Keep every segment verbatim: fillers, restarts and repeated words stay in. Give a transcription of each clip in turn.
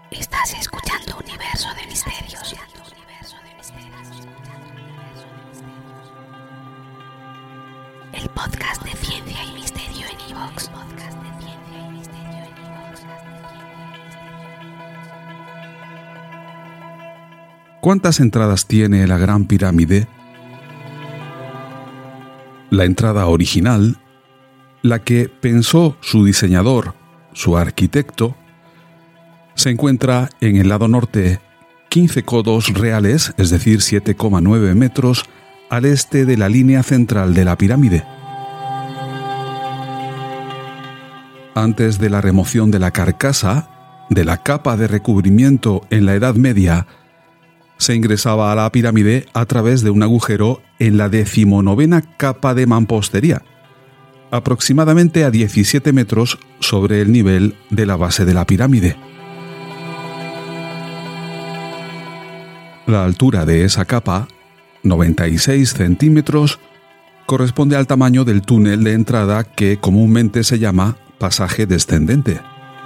Estás escuchando Universo de Misterios. El podcast de ciencia y misterio en iVoox. ¿Cuántas entradas tiene la Gran Pirámide? La entrada original, la que pensó su diseñador, su arquitecto, se encuentra en el lado norte, quince codos reales, es decir, siete coma nueve metros, al este de la línea central de la pirámide. Antes de la remoción de la carcasa, de la capa de recubrimiento en la Edad Media, se ingresaba a la pirámide a través de un agujero en la decimonovena capa de mampostería, aproximadamente a diecisiete metros sobre el nivel de la base de la pirámide. La altura de esa capa, noventa y seis centímetros, corresponde al tamaño del túnel de entrada que comúnmente se llama pasaje descendente.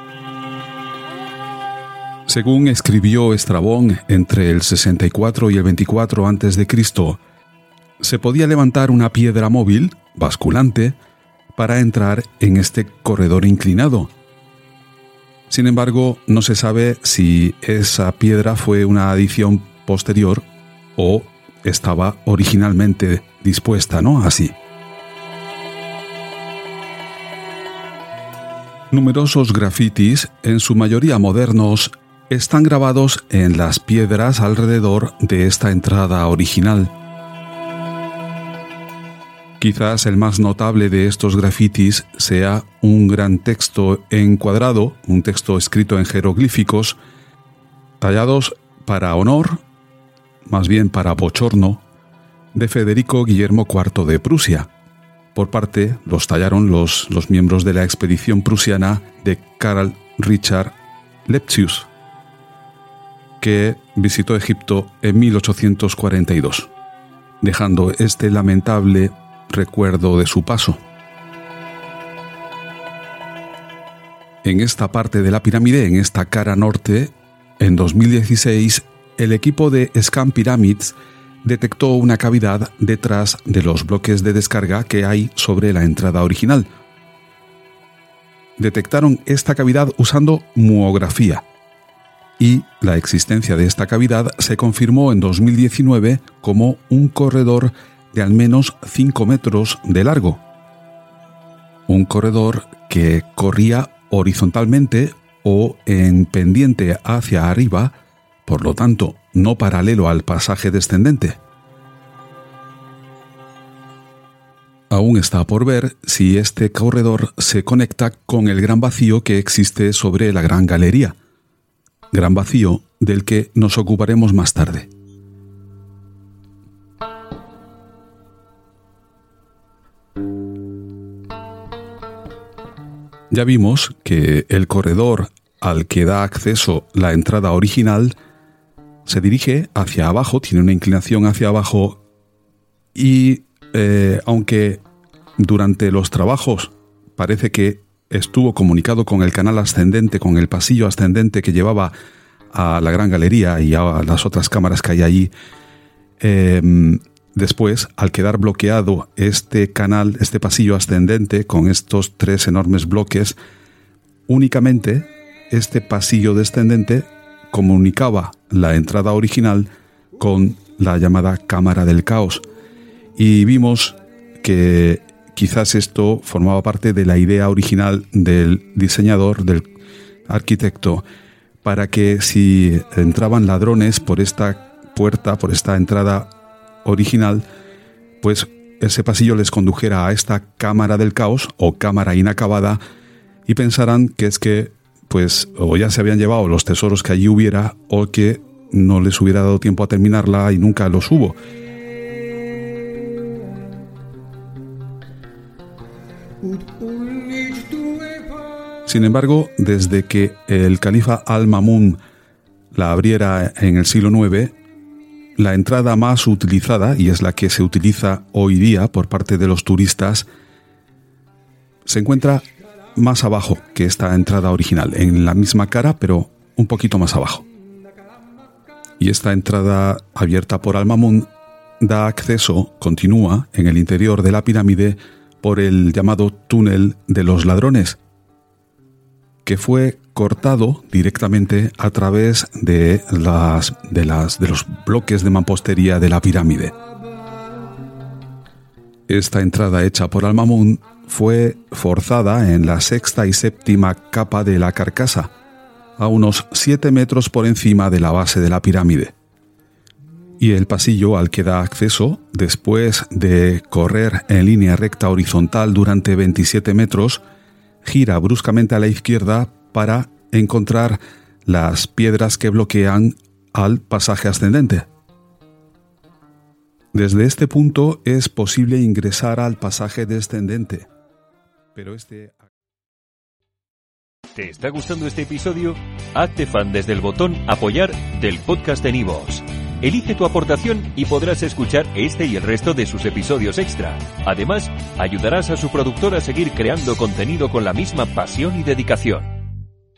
Según escribió Estrabón, entre el sesenta y cuatro y el veinticuatro antes de Cristo, se podía levantar una piedra móvil, basculante, para entrar en este corredor inclinado. Sin embargo, no se sabe si esa piedra fue una adición posterior o estaba originalmente dispuesta, ¿no? Así. Numerosos grafitis, en su mayoría modernos, están grabados en las piedras alrededor de esta entrada original. Quizás el más notable de estos grafitis sea un gran texto encuadrado, un texto escrito en jeroglíficos, tallados para honor, más bien para bochorno, de Federico Guillermo cuarto de Prusia. Por parte, los tallaron los, los miembros de la expedición prusiana de Karl Richard Lepsius, que visitó Egipto en mil ochocientos cuarenta y dos, dejando este lamentable recuerdo de su paso. En esta parte de la pirámide, en esta cara norte, en dos mil dieciséis, el equipo de Scan Pyramids detectó una cavidad detrás de los bloques de descarga que hay sobre la entrada original. Detectaron esta cavidad usando muografía, y la existencia de esta cavidad se confirmó en dos mil diecinueve como un corredor de al menos cinco metros de largo. Un corredor que corría horizontalmente o en pendiente hacia arriba, por lo tanto, no paralelo al pasaje descendente. Aún está por ver si este corredor se conecta con el gran vacío que existe sobre la Gran Galería. Gran vacío del que nos ocuparemos más tarde. Ya vimos que el corredor al que da acceso la entrada original se dirige hacia abajo, tiene una inclinación hacia abajo y eh, aunque durante los trabajos parece que estuvo comunicado con el canal ascendente, con el pasillo ascendente que llevaba a la Gran Galería y a las otras cámaras que hay allí. Eh, después, al quedar bloqueado este canal, este pasillo ascendente con estos tres enormes bloques, únicamente este pasillo descendente comunicaba la entrada original con la llamada Cámara del Caos. Y vimos que quizás esto formaba parte de la idea original del diseñador, del arquitecto, para que si entraban ladrones por esta puerta, por esta entrada original, pues ese pasillo les condujera a esta cámara del caos o cámara inacabada y pensaran que es que pues o ya se habían llevado los tesoros que allí hubiera o que no les hubiera dado tiempo a terminarla y nunca los hubo. Sin embargo, desde que el califa Al-Ma'mún la abriera en el siglo noveno, la entrada más utilizada, y es la que se utiliza hoy día por parte de los turistas, se encuentra más abajo que esta entrada original, en la misma cara, pero un poquito más abajo. Y esta entrada abierta por Al-Mamun da acceso, continúa en el interior de la pirámide por el llamado túnel de los ladrones, que fue cortado directamente a través de, las, de, las, de los bloques de mampostería de la pirámide. Esta entrada hecha por Al-Mamun fue forzada en la sexta y séptima capa de la carcasa, a unos siete metros por encima de la base de la pirámide. Y el pasillo al que da acceso, después de correr en línea recta horizontal durante veintisiete metros, gira bruscamente a la izquierda para encontrar las piedras que bloquean al pasaje ascendente. Desde este punto es posible ingresar al pasaje descendente, pero este... ¿Te está gustando este episodio? Hazte fan desde el botón Apoyar del podcast de Nivos. Elige tu aportación y podrás escuchar este y el resto de sus episodios extra. Además, ayudarás a su productor a seguir creando contenido con la misma pasión y dedicación.